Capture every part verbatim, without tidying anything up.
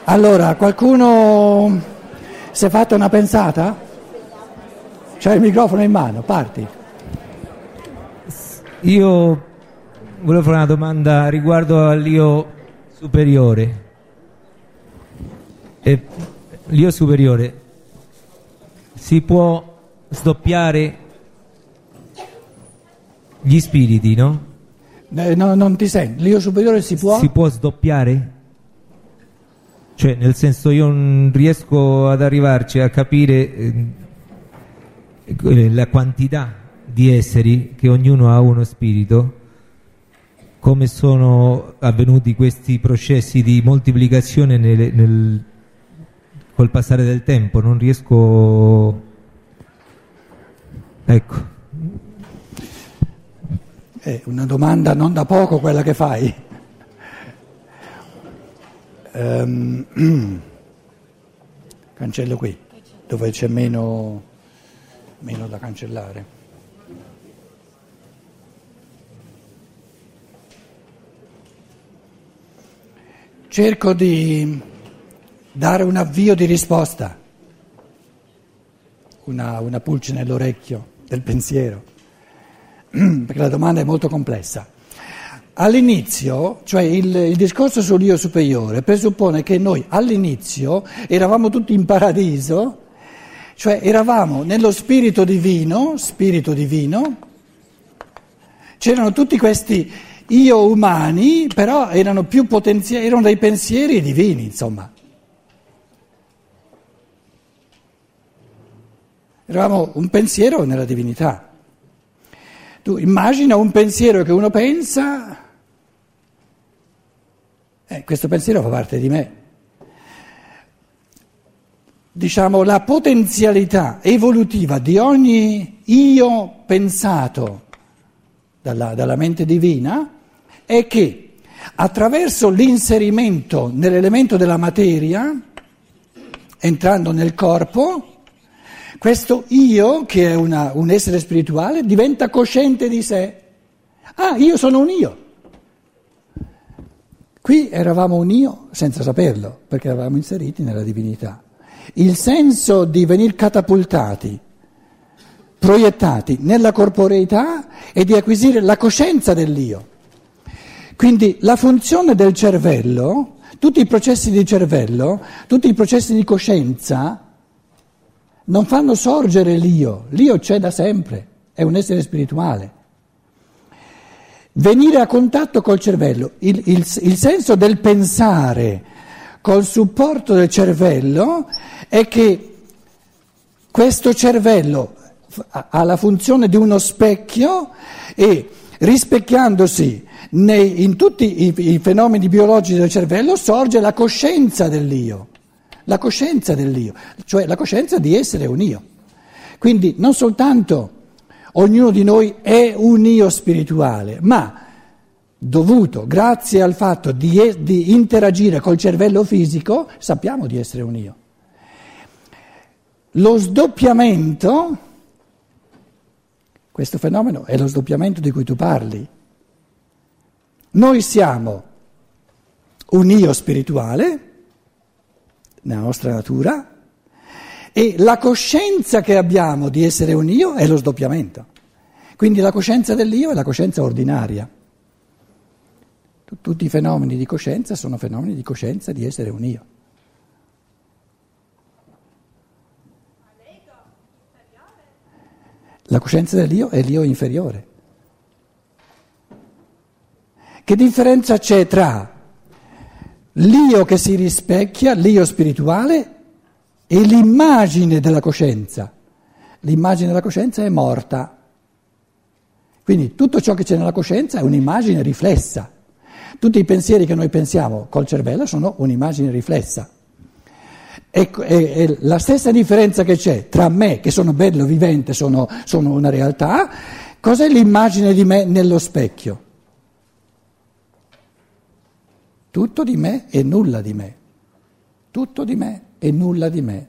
Allora, qualcuno si è fatto una pensata? C'hai il microfono in mano, parti. Io volevo fare una domanda riguardo all'io superiore. E l'io superiore si può sdoppiare gli spiriti, no? Eh, no, non ti senti? L'io superiore si può? Si può sdoppiare? Cioè, nel senso, io non riesco ad arrivarci a capire eh, la quantità di esseri, che ognuno ha uno spirito, come sono avvenuti questi processi di moltiplicazione nel, nel, col passare del tempo. Non riesco, ecco. È una domanda non da poco quella che fai. Um, cancello qui, dove c'è meno, meno da cancellare. Cerco di dare un avvio di risposta, una, una pulce nell'orecchio del pensiero, perché la domanda è molto complessa. All'inizio, cioè il, il discorso sull'io superiore presuppone che noi all'inizio eravamo tutti in paradiso, cioè eravamo nello spirito divino, spirito divino, c'erano tutti questi io umani, però erano più potenziali, erano dei pensieri divini, insomma. Eravamo un pensiero nella divinità. Tu immagina un pensiero che uno pensa, eh, questo pensiero fa parte di me. Diciamo, la potenzialità evolutiva di ogni io pensato dalla, dalla mente divina è che attraverso l'inserimento nell'elemento della materia, entrando nel corpo, questo io, che è una, un essere spirituale, diventa cosciente di sé. Ah, io sono un io. Qui eravamo un io senza saperlo, perché eravamo inseriti nella divinità. Il senso di venir catapultati, proiettati nella corporeità e di acquisire la coscienza dell'io. Quindi la funzione del cervello, tutti i processi di cervello, tutti i processi di coscienza, non fanno sorgere l'io, l'io c'è da sempre, è un essere spirituale. Venire a contatto col cervello, il, il, il senso del pensare col supporto del cervello è che questo cervello ha la funzione di uno specchio e rispecchiandosi nei, in tutti i, i fenomeni biologici del cervello sorge la coscienza dell'io. La coscienza dell'io, cioè la coscienza di essere un io. Quindi non soltanto ognuno di noi è un io spirituale, ma dovuto, grazie al fatto di, di interagire col cervello fisico, sappiamo di essere un io. Lo sdoppiamento, questo fenomeno è lo sdoppiamento di cui tu parli. Noi siamo un io spirituale, nella nostra natura, e la coscienza che abbiamo di essere un io è lo sdoppiamento. Quindi la coscienza dell'io è la coscienza ordinaria. Tutti i fenomeni di coscienza sono fenomeni di coscienza di essere un io. La coscienza dell'io è l'io inferiore. Che differenza c'è tra l'io che si rispecchia, l'io spirituale, e l'immagine della coscienza? L'immagine della coscienza è morta. Quindi tutto ciò che c'è nella coscienza è un'immagine riflessa. Tutti i pensieri che noi pensiamo col cervello sono un'immagine riflessa. E, e, e la stessa differenza che c'è tra me, che sono bello vivente, sono, sono una realtà, cos'è l'immagine di me nello specchio? Tutto di me e nulla di me. Tutto di me e nulla di me.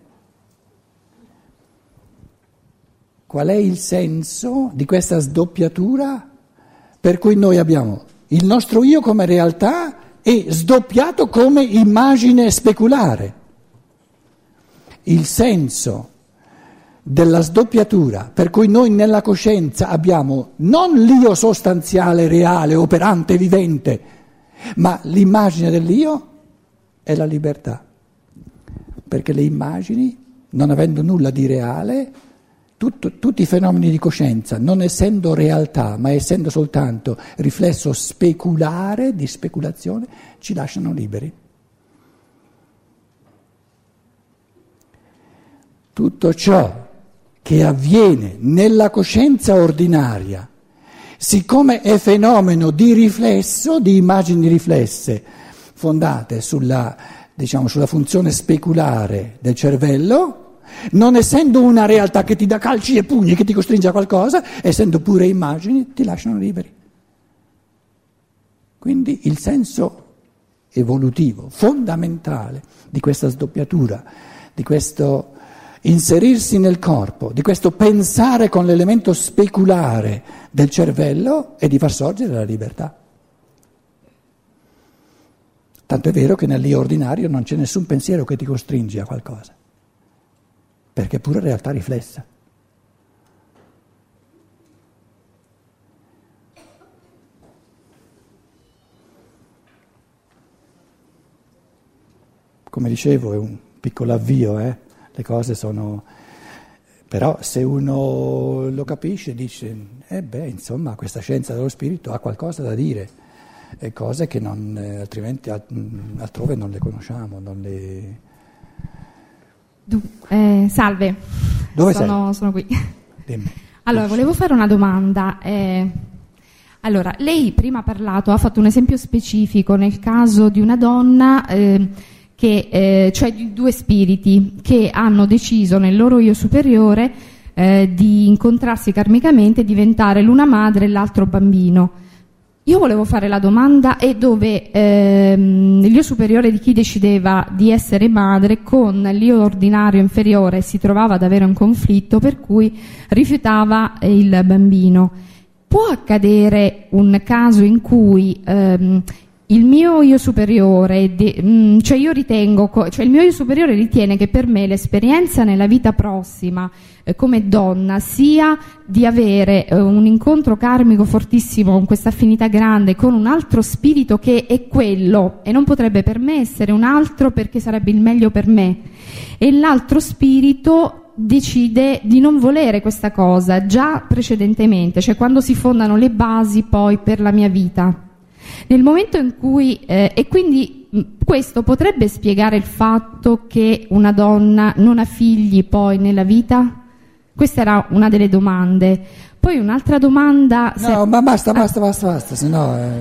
Qual è il senso di questa sdoppiatura per cui noi abbiamo il nostro io come realtà e sdoppiato come immagine speculare. Il senso della sdoppiatura, per cui noi nella coscienza abbiamo non l'io sostanziale, reale, operante, vivente, ma l'immagine dell'io è la libertà, perché le immagini, non avendo nulla di reale, tutto, tutti i fenomeni di coscienza, non essendo realtà, ma essendo soltanto riflesso speculare, di speculazione, ci lasciano liberi. Tutto ciò che avviene nella coscienza ordinaria, siccome è fenomeno di riflesso, di immagini riflesse, fondate sulla, diciamo, sulla funzione speculare del cervello, non essendo una realtà che ti dà calci e pugni, che ti costringe a qualcosa, essendo pure immagini, ti lasciano liberi. Quindi il senso evolutivo, fondamentale di questa sdoppiatura, di questo inserirsi nel corpo, di questo pensare con l'elemento speculare del cervello è di far sorgere la libertà. Tanto è vero che nell'io ordinario non c'è nessun pensiero che ti costringe a qualcosa, perché è pure realtà riflessa. Come dicevo, è un piccolo avvio, eh? Le cose sono... Però se uno lo capisce dice, eh beh, insomma, questa scienza dello spirito ha qualcosa da dire, e cose che non, eh, altrimenti altrove non le conosciamo, non le... Du, eh, salve. Dove sono, sei? Sono qui. Dimmi. Allora, volevo fare una domanda. Eh, allora, lei prima ha parlato, ha fatto un esempio specifico nel caso di una donna... Eh, che, eh, cioè di due spiriti che hanno deciso nel loro io superiore eh, di incontrarsi karmicamente e diventare l'una madre e l'altro bambino. Io volevo fare la domanda è dove ehm, l'io superiore di chi decideva di essere madre con l'io ordinario inferiore si trovava ad avere un conflitto per cui rifiutava il bambino. Può accadere un caso in cui ehm, il mio io superiore, de, mh, cioè io ritengo, cioè il mio io superiore ritiene che per me l'esperienza nella vita prossima eh, come donna sia di avere eh, un incontro karmico fortissimo con questa affinità grande con un altro spirito che è quello e non potrebbe per me essere un altro perché sarebbe il meglio per me, e l'altro spirito decide di non volere questa cosa già precedentemente, cioè quando si fondano le basi poi per la mia vita. Nel momento in cui, eh, e quindi mh, questo potrebbe spiegare il fatto che una donna non ha figli poi nella vita? Questa era una delle domande. Poi un'altra domanda... No, se... ma basta, ah. basta, basta, basta, se no... Eh,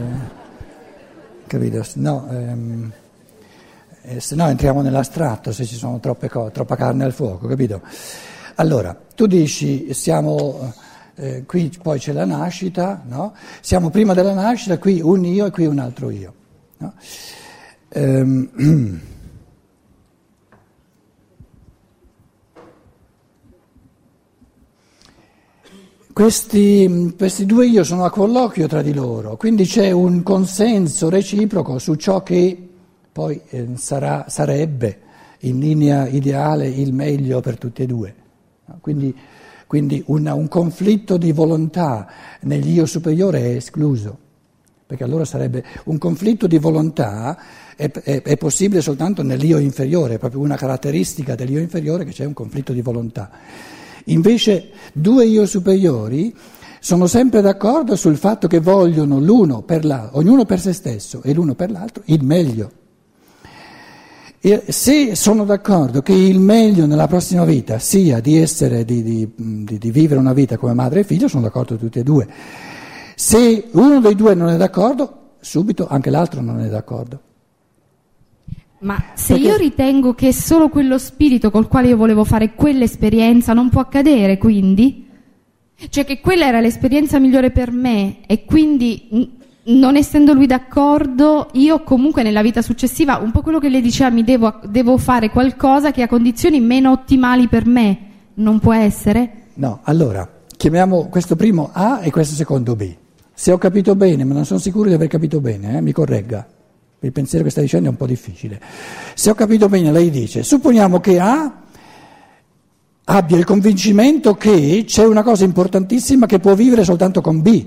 capito? Se no, ehm, eh, se no entriamo nell'astratto, se ci sono troppe cose, troppa carne al fuoco, capito? Allora, tu dici, siamo... Eh, qui poi c'è la nascita, no? Siamo prima della nascita, qui un io e qui un altro io. No? Ehm, questi, questi due io sono a colloquio tra di loro, quindi c'è un consenso reciproco su ciò che poi eh, sarà, sarebbe in linea ideale il meglio per tutti e due. No? Quindi Quindi una, un conflitto di volontà nell'io superiore è escluso, perché allora sarebbe un conflitto di volontà è, è, è possibile soltanto nell'io inferiore, è proprio una caratteristica dell'io inferiore che c'è un conflitto di volontà. Invece due io superiori sono sempre d'accordo sul fatto che vogliono l'uno per l'altro, ognuno per se stesso e l'uno per l'altro, il meglio. E se sono d'accordo che il meglio nella prossima vita sia di essere, di, di, di, di vivere una vita come madre e figlio, sono d'accordo tutti e due. Se uno dei due non è d'accordo, subito anche l'altro non è d'accordo. Ma se Perché... io ritengo che solo quello spirito col quale io volevo fare quell'esperienza non può accadere, quindi? Cioè che quella era l'esperienza migliore per me e quindi... non essendo lui d'accordo, io comunque nella vita successiva, un po' quello che lei diceva, mi devo, devo fare qualcosa che ha condizioni meno ottimali per me, non può essere? No, allora, chiamiamo questo primo A e questo secondo B. Se ho capito bene, ma non sono sicuro di aver capito bene, eh, mi corregga. Il pensiero che stai dicendo è un po' difficile. Se ho capito bene, lei dice, supponiamo che A abbia il convincimento che c'è una cosa importantissima che può vivere soltanto con B.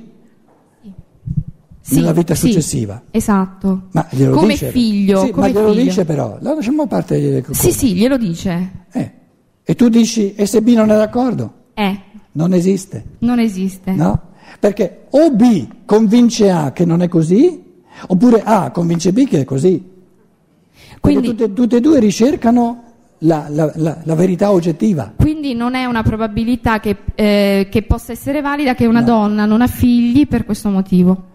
Sì, nella vita sì, successiva. Esatto. Ma glielo come dice? figlio. Sì, come ma glielo figlio. dice però. No, lasciamo a parte. Sì, sì, glielo dice. Eh. E tu dici, e se B non è d'accordo? Eh. Non esiste. Non esiste. No? Perché o B convince A che non è così, oppure A convince B che è così. Perché Quindi, tutte, tutte e due ricercano la, la, la, la verità oggettiva. quindi non è una probabilità che, eh, che possa essere valida che una No. donna non ha figli per questo motivo.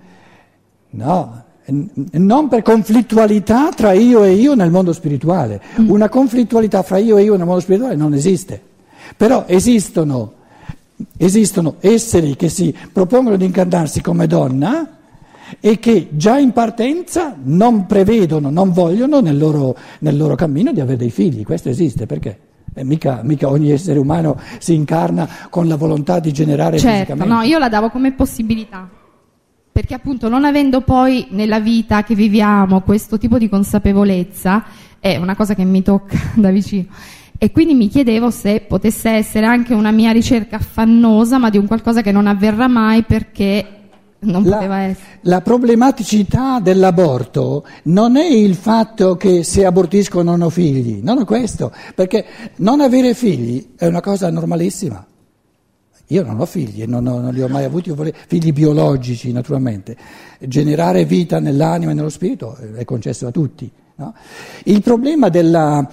No, n- non per conflittualità tra io e io nel mondo spirituale. Mm. Una conflittualità fra io e io nel mondo spirituale non esiste. Però esistono, esistono esseri che si propongono di incarnarsi come donna e che già in partenza non prevedono, non vogliono nel loro, nel loro cammino di avere dei figli. Questo esiste, perché? Eh, mica, mica ogni essere umano si incarna con la volontà di generare Certo, fisicamente. no, io la davo come possibilità. Perché appunto non avendo poi nella vita che viviamo questo tipo di consapevolezza, è una cosa che mi tocca da vicino. E quindi mi chiedevo se potesse essere anche una mia ricerca affannosa, ma di un qualcosa che non avverrà mai perché non poteva La, essere. la problematicità dell'aborto non è il fatto che se abortisco non ho figli, non è questo, perché non avere figli è una cosa normalissima. Io non ho figli, non, ho, non li ho mai avuti, io volevo, figli biologici naturalmente. Generare vita nell'anima e nello spirito è concesso a tutti. No? Il problema della,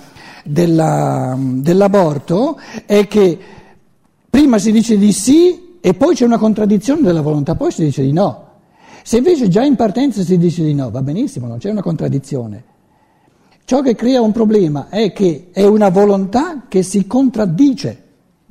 della, dell'aborto è che prima si dice di sì e poi c'è una contraddizione della volontà, poi si dice di no. Se invece già in partenza si dice di no, va benissimo, non c'è una contraddizione. Ciò che crea un problema è che è una volontà che si contraddice.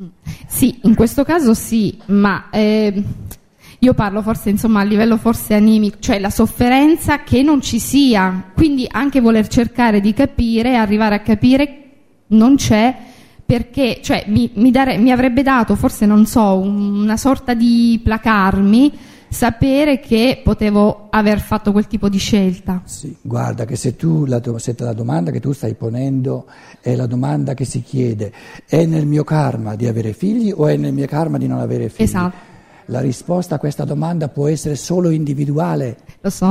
Sì, in questo caso sì, ma eh, io parlo forse insomma a livello forse animico, cioè la sofferenza che non ci sia, quindi anche voler cercare di capire, arrivare a capire non c'è, perché cioè, mi, mi, dare, mi avrebbe dato forse non so una sorta di placarmi, sapere che potevo aver fatto quel tipo di scelta. Sì, guarda che se tu la, se la domanda che tu stai ponendo è la domanda che si chiede, è nel mio karma di avere figli o è nel mio karma di non avere figli? Esatto. La risposta a questa domanda può essere solo individuale. Lo so.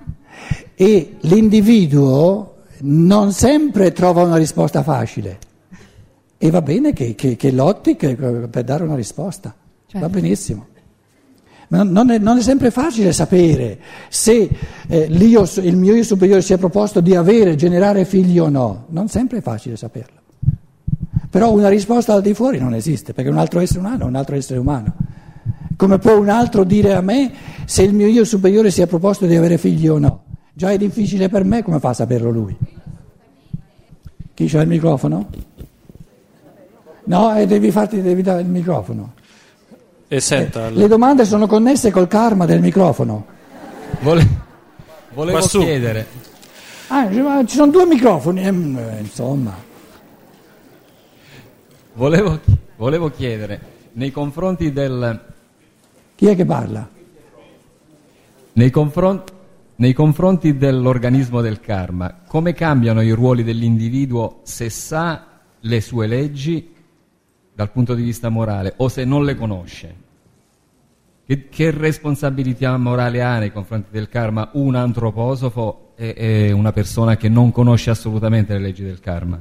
E l'individuo non sempre trova una risposta facile. E va bene che, che, che lotti che, per dare una risposta. Certo. Va benissimo. Ma non è, non è sempre facile sapere se eh, l'io, il mio io superiore si è proposto di avere, generare figli o no. Non sempre è facile saperlo. Però una risposta al di fuori non esiste, perché un altro essere umano è un altro essere umano. Come può un altro dire a me se il mio io superiore si è proposto di avere figli o no? Già è difficile per me, come fa a saperlo lui? Chi c'ha il microfono? No, e devi farti, devi dare il microfono. E senta, Eh, le domande sono connesse col karma del microfono. Vole- volevo Quassù. chiedere, Ah, ci sono due microfoni, ehm, eh, insomma. volevo, volevo chiedere, nei confronti del, Chi è che parla? nei confronti, nei confronti dell'organismo del karma, come cambiano i ruoli dell'individuo se sa le sue leggi dal punto di vista morale o se non le conosce? Che, che responsabilità morale ha nei confronti del karma un antroposofo e, e una persona che non conosce assolutamente le leggi del karma?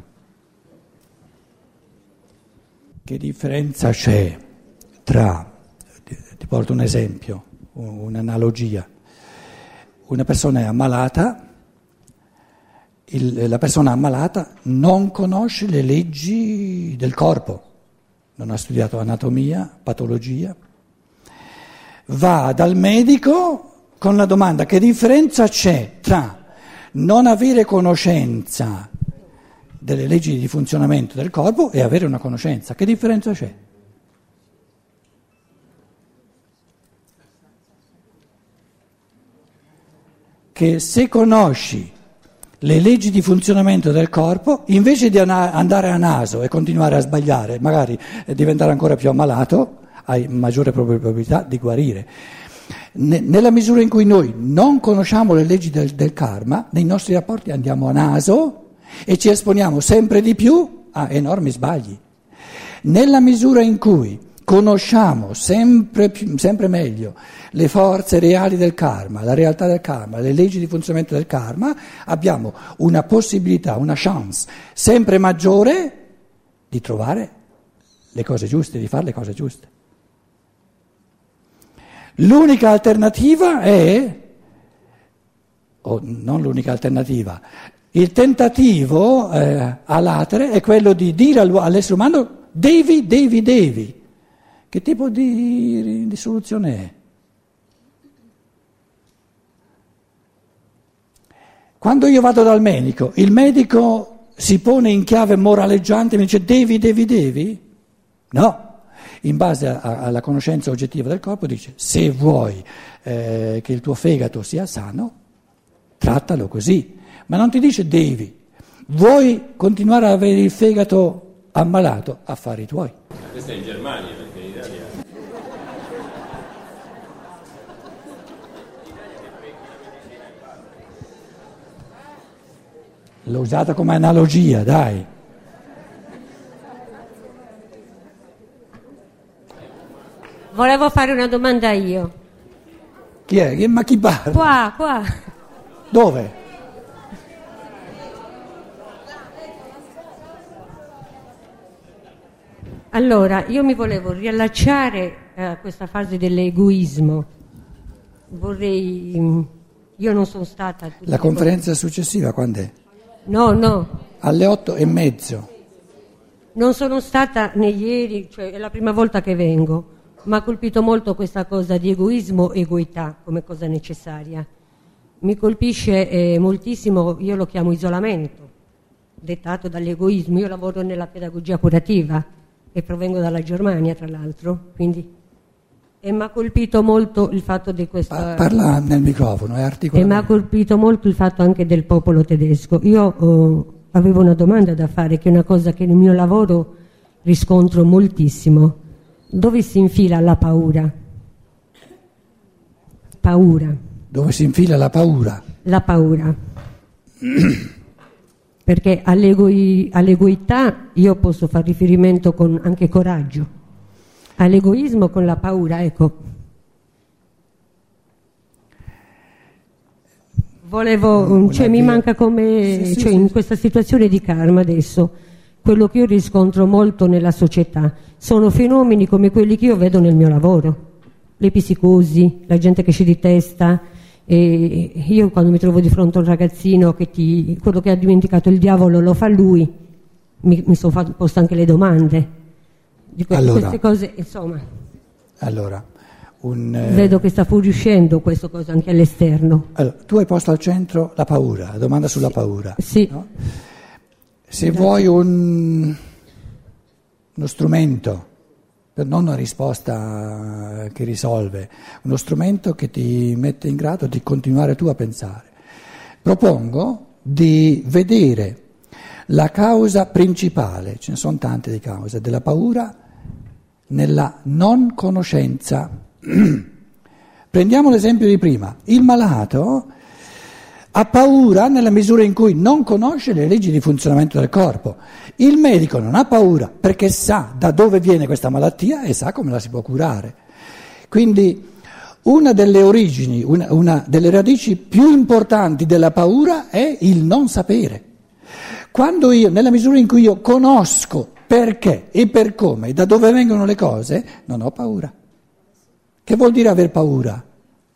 Che differenza c'è tra, ti, ti porto un esempio, un'analogia. Una persona è ammalata, il, la persona ammalata non conosce le leggi del corpo, non ha studiato anatomia, patologia, va dal medico con la domanda: che differenza c'è tra non avere conoscenza delle leggi di funzionamento del corpo e avere una conoscenza? Che differenza c'è? Che se conosci le leggi di funzionamento del corpo, invece di andare a naso e continuare a sbagliare, magari diventare ancora più ammalato, hai maggiore probabilità di guarire. Ne, nella misura in cui noi non conosciamo le leggi del, del karma, nei nostri rapporti andiamo a naso e ci esponiamo sempre di più a enormi sbagli. Nella misura in cui conosciamo sempre, più, sempre meglio le forze reali del karma, la realtà del karma, le leggi di funzionamento del karma, abbiamo una possibilità, una chance sempre maggiore di trovare le cose giuste, di fare le cose giuste. L'unica alternativa è, o non l'unica alternativa, il tentativo eh, a latere è quello di dire all'essere umano devi, devi, devi. Che tipo di, di soluzione è? Quando io vado dal medico, il medico si pone in chiave moraleggiante e mi dice devi, devi, devi? No, in base a, a, alla conoscenza oggettiva del corpo dice se vuoi eh, che il tuo fegato sia sano, trattalo così, ma non ti dice devi. Vuoi continuare ad avere il fegato ammalato? Affari tuoi. Questo è in Germania, perché in Italia... L'ho usata come analogia, dai. Volevo fare una domanda io. Chi è? Ma chi parla? Qua, qua. Dove? Allora, io mi volevo riallacciare a questa fase dell'egoismo. Vorrei... Io non sono stata... La conferenza cose. Successiva quando è? No, no. Alle otto e mezzo. Non sono stata né ieri, cioè è la prima volta che vengo. Mi ha colpito molto questa cosa di egoismo e egoità come cosa necessaria. Mi colpisce eh, moltissimo, io lo chiamo isolamento, dettato dall'egoismo. Io lavoro nella pedagogia curativa e provengo dalla Germania, tra l'altro, quindi... E mi ha colpito molto il fatto di questa... Parla nel microfono, è articolato. E mi ha colpito molto il fatto anche del popolo tedesco. Io oh, avevo una domanda da fare, che è una cosa che nel mio lavoro riscontro moltissimo. Dove si infila la paura? Paura. Dove si infila la paura? La paura. Perché all'egoi, all'egoità io posso fare riferimento con anche coraggio. All'egoismo con la paura, ecco. Volevo, cioè mi manca come, sì, sì, cioè sì. in questa situazione di karma adesso, quello che io riscontro molto nella società sono fenomeni come quelli che io vedo nel mio lavoro, le psicosi, la gente che esce di testa, e io quando mi trovo di fronte a un ragazzino che ti, quello che ha dimenticato il diavolo lo fa lui, mi, mi sono fatto, posto anche le domande. Di que- allora, queste cose, insomma, allora, un, eh, vedo che sta fuoriuscendo questa cosa anche all'esterno. Allora, tu hai posto al centro la paura, la domanda sulla sì. paura. Sì. No? Se Grazie. vuoi un, uno strumento, non una risposta che risolve, uno strumento che ti mette in grado di continuare tu a pensare, propongo di vedere la causa principale, ce ne sono tante di cause, della paura nella non conoscenza. Prendiamo l'esempio di prima. Il malato ha paura nella misura in cui non conosce le leggi di funzionamento del corpo. Il medico non ha paura perché sa da dove viene questa malattia e sa come la si può curare. Quindi una delle origini, una, una delle radici più importanti della paura è il non sapere. Quando io, nella misura in cui io conosco perché e per come e da dove vengono le cose, non ho paura. Che vuol dire aver paura?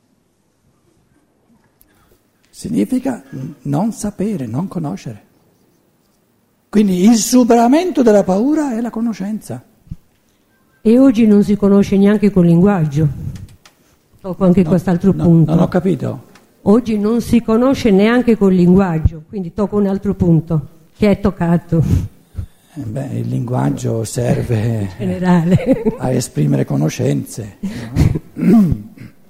Significa non sapere, non conoscere. Quindi il superamento della paura è la conoscenza. E oggi non si conosce neanche col linguaggio. Tocco anche no, quest'altro no, punto. Non ho capito. Oggi non si conosce neanche col linguaggio, quindi tocco un altro punto che è toccato. Eh beh, il linguaggio serve generale a esprimere conoscenze. No?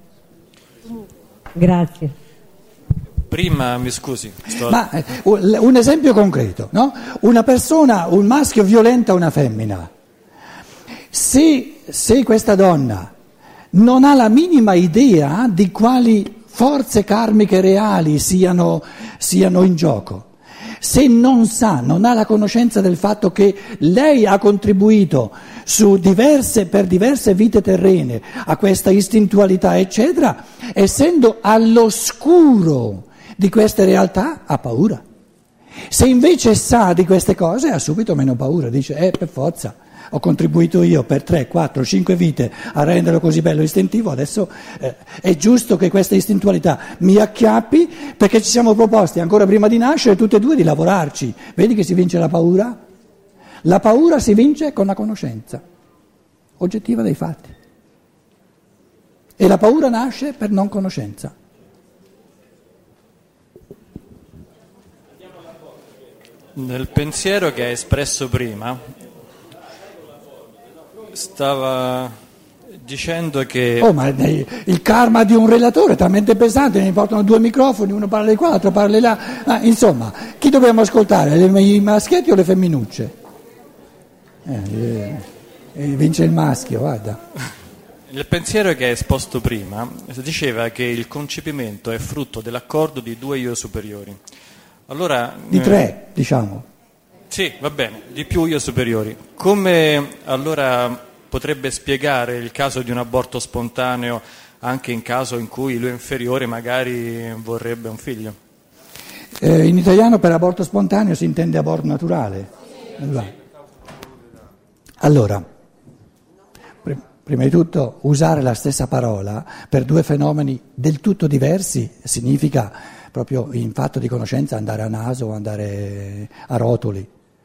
Grazie. Prima, mi scusi. Sto... Ma eh, un esempio concreto, no? Una persona, un maschio violenta una femmina. Se, se questa donna non ha la minima idea di quali forze karmiche reali siano, siano in gioco. Se non sa, non ha la conoscenza del fatto che lei ha contribuito su diverse, per diverse vite terrene a questa istintualità, eccetera, essendo all'oscuro di queste realtà, ha paura. Se invece sa di queste cose, ha subito meno paura, dice, eh, per forza, ho contribuito io per tre, quattro, cinque vite a renderlo così bello istintivo, adesso eh, è giusto che questa istintualità mi acchiappi, perché ci siamo proposti ancora prima di nascere tutte e due di lavorarci. Vedi che si vince la paura? La paura si vince con la conoscenza oggettiva dei fatti. E la paura nasce per non conoscenza. Nel pensiero che hai espresso prima, stava dicendo che... Oh, ma il karma di un relatore è talmente pesante, ne portano due microfoni, uno parla di qua, l'altro parla di là. Ah, insomma, chi dobbiamo ascoltare? I maschietti o le femminucce? Eh, eh, vince il maschio, guarda. Nel pensiero che hai esposto prima, diceva che il concepimento è frutto dell'accordo di due io superiori. Allora, di tre, eh, diciamo. Sì, va bene, di più io superiori. Come allora potrebbe spiegare il caso di un aborto spontaneo anche in caso in cui l'io inferiore magari vorrebbe un figlio? Eh, in italiano per aborto spontaneo si intende aborto naturale. Allora, allora pr- prima di tutto usare la stessa parola per due fenomeni del tutto diversi significa proprio in fatto di conoscenza andare a naso o andare a rotoli.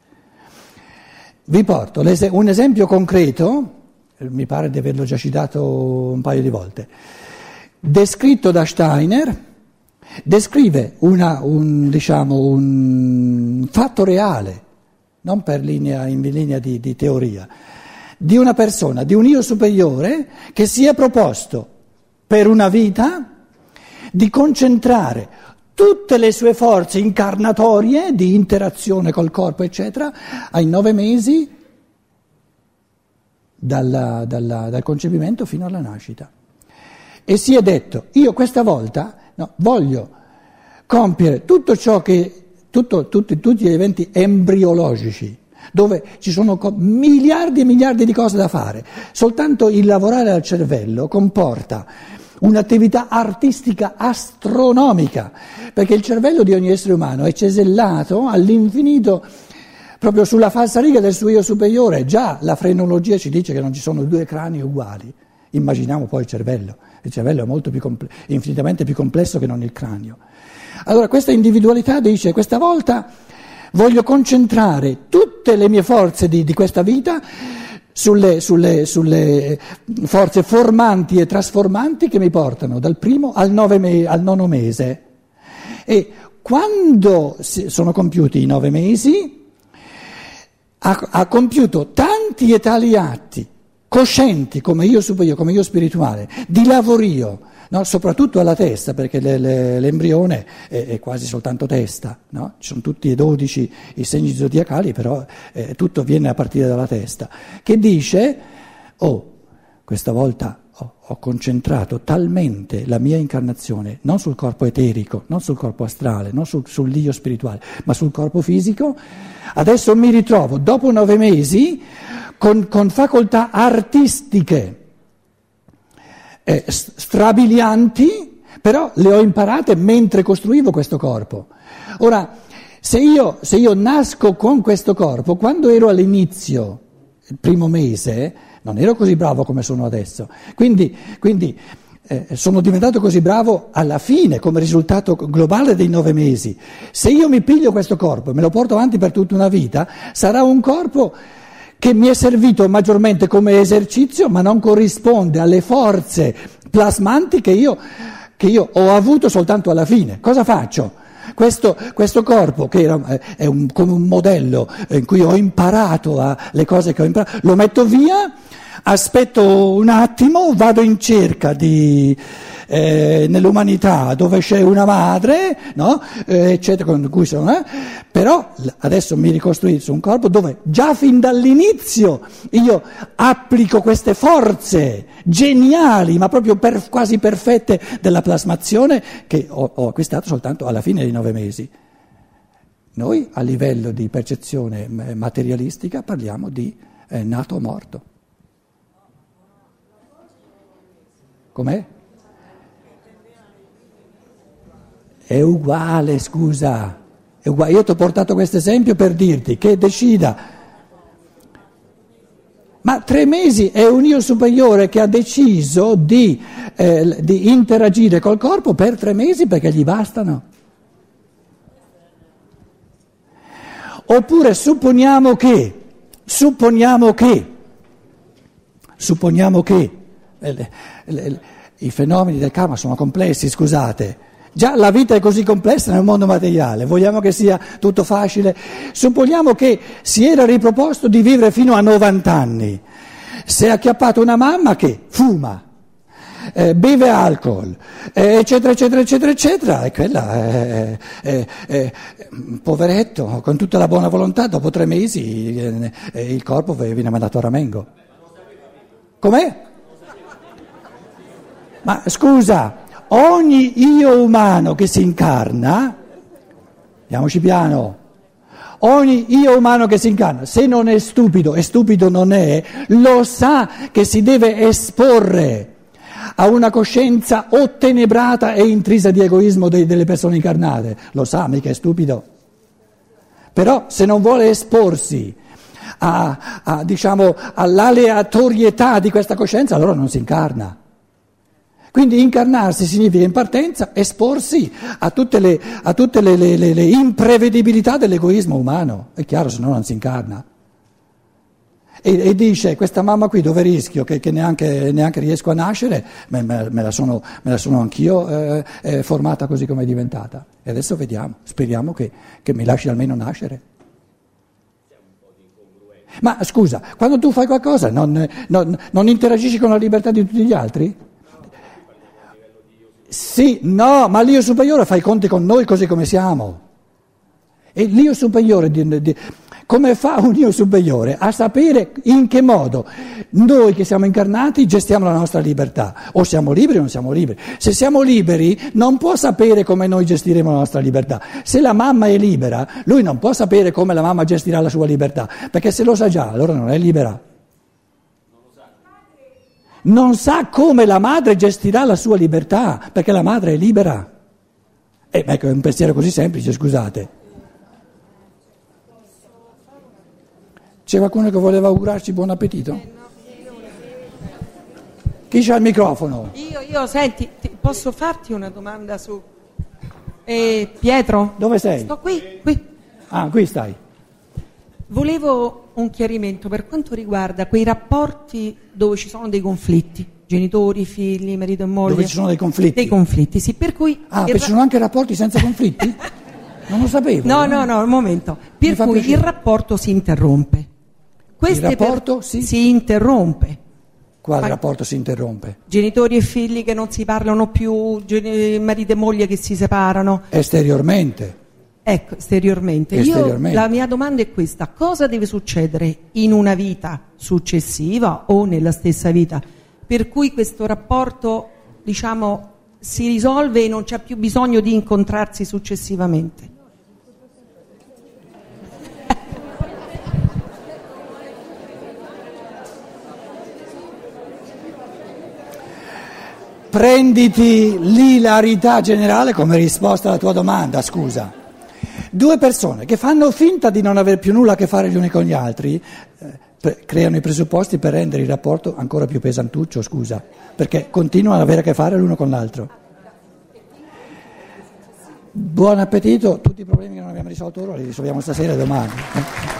Vi porto un esempio concreto, mi pare di averlo già citato un paio di volte, descritto da Steiner, descrive una, un, diciamo, un fatto reale, non per linea, in linea di, di teoria, di una persona, di un io superiore che si è proposto per una vita di concentrare tutte le sue forze incarnatorie di interazione col corpo, eccetera, ai nove mesi dalla, dalla, dal concepimento fino alla nascita. E si è detto, io questa volta no, voglio compiere tutto ciò che, tutto, tutti, tutti gli eventi embriologici, dove ci sono miliardi e miliardi di cose da fare. Soltanto il lavorare al cervello comporta un'attività artistica astronomica, perché il cervello di ogni essere umano è cesellato all'infinito proprio sulla falsariga del suo io superiore. Già la frenologia ci dice che non ci sono due crani uguali, immaginiamo poi il cervello. Il cervello è molto più comple- infinitamente più complesso che non il cranio. Allora questa individualità dice, questa volta voglio concentrare tutte le mie forze di, di questa vita Sulle, sulle, sulle forze formanti e trasformanti che mi portano dal primo al, nove me, al nono mese. E quando sono compiuti i nove mesi, ha, ha compiuto tanti e tali atti coscienti come io superiore, come io spirituale, di lavorio, no? Soprattutto alla testa, perché le, le, l'embrione è, è quasi soltanto testa, no? Ci sono tutti e dodici i segni zodiacali, però eh, tutto viene a partire dalla testa, che dice, oh, questa volta ho, ho concentrato talmente la mia incarnazione, non sul corpo eterico, non sul corpo astrale, non sul, sull'io spirituale, ma sul corpo fisico, adesso mi ritrovo, dopo nove mesi, con, con facoltà artistiche eh, strabilianti, però le ho imparate mentre costruivo questo corpo. Ora, se io, se io nasco con questo corpo, quando ero all'inizio, il primo mese, non ero così bravo come sono adesso. Quindi, quindi eh, sono diventato così bravo alla fine, come risultato globale dei nove mesi. Se io mi piglio questo corpo e me lo porto avanti per tutta una vita, sarà un corpo che mi è servito maggiormente come esercizio, ma non corrisponde alle forze plasmanti che io, che io ho avuto soltanto alla fine. Cosa faccio? Questo, questo corpo, che era, è un, come un modello in cui ho imparato a, le cose che ho imparato, lo metto via, aspetto un attimo, vado in cerca di, eh, nell'umanità dove c'è una madre, no? eh, eccetera, con cui sono, eh? Però adesso mi ricostruisco un corpo dove già fin dall'inizio io applico queste forze geniali, ma proprio per, quasi perfette della plasmazione che ho, ho acquistato soltanto alla fine dei nove mesi. Noi a livello di percezione materialistica parliamo di eh, nato o morto. Com'è? È uguale, scusa. È uguale. Io ti ho portato questo esempio per dirti che decida. Ma tre mesi è un io superiore che ha deciso di, eh, di interagire col corpo per tre mesi perché gli bastano. Oppure supponiamo che, supponiamo che, supponiamo che eh, le, le, i fenomeni del karma sono complessi, scusate, già la vita è così complessa nel mondo materiale, vogliamo che sia tutto facile? Supponiamo che si era riproposto di vivere fino a novanta anni, si è acchiappato una mamma che fuma, Eh, beve alcol, eh, eccetera, eccetera, eccetera, eccetera, e quella è, è, è, è poveretto, con tutta la buona volontà, dopo tre mesi eh, il corpo viene mandato a ramengo. Com'è? Ma scusa, ogni io umano che si incarna, andiamoci piano, ogni io umano che si incarna, se non è stupido, e stupido non è, lo sa che si deve esporre a una coscienza ottenebrata e intrisa di egoismo de- delle persone incarnate, lo sa, mica è stupido. Però se non vuole esporsi a, a, diciamo, all'aleatorietà di questa coscienza, allora non si incarna. Quindi incarnarsi significa in partenza esporsi a tutte le, a tutte le, le, le, le imprevedibilità dell'egoismo umano, è chiaro, se no non si incarna. E, e dice, questa mamma qui dove rischio che, che neanche, neanche riesco a nascere, me, me, me, la, sono, me la sono anch'io eh, eh, formata così come è diventata. E adesso vediamo, speriamo che, che mi lasci almeno nascere. Ma scusa, quando tu fai qualcosa non, non, non interagisci con la libertà di tutti gli altri? Sì, no, ma l'io superiore fa i conti con noi così come siamo. E l'io superiore... Di, di, come fa un io superiore a sapere in che modo noi che siamo incarnati gestiamo la nostra libertà? O siamo liberi o non siamo liberi. Se siamo liberi non può sapere come noi gestiremo la nostra libertà. Se la mamma è libera, lui non può sapere come la mamma gestirà la sua libertà, perché se lo sa già, allora non è libera. Non sa come la madre gestirà la sua libertà, perché la madre è libera. E ecco, è un pensiero così semplice, scusate. C'è qualcuno che voleva augurarci buon appetito? Chi c'ha il microfono? Io, io, senti, ti, posso farti una domanda su... Eh, Pietro? Dove sei? Sto qui, qui. Ah, qui stai. Volevo un chiarimento per quanto riguarda quei rapporti dove ci sono dei conflitti, genitori, figli, marito e moglie. Dove ci sono dei conflitti? Dei conflitti, sì, per cui... Ah, perché ra- ci sono anche rapporti senza conflitti? Non lo sapevo. No, no, no, un momento. Per cui piacere. Il rapporto si interrompe. Queste il rapporto per... si... si interrompe. Quale Ma... rapporto si interrompe? Genitori e figli che non si parlano più, gen... marito e moglie che si separano. Esteriormente. Ecco, esteriormente. esteriormente. Io, la mia domanda è questa: cosa deve succedere in una vita successiva o nella stessa vita per cui questo rapporto, diciamo, si risolve e non c'è più bisogno di incontrarsi successivamente? Prenditi l'ilarità generale come risposta alla tua domanda, scusa. Due persone che fanno finta di non aver più nulla a che fare gli uni con gli altri eh, pre- creano i presupposti per rendere il rapporto ancora più pesantuccio, scusa, perché continuano ad avere a che fare l'uno con l'altro. Buon appetito, tutti i problemi che non abbiamo risolto ora li risolviamo stasera e domani.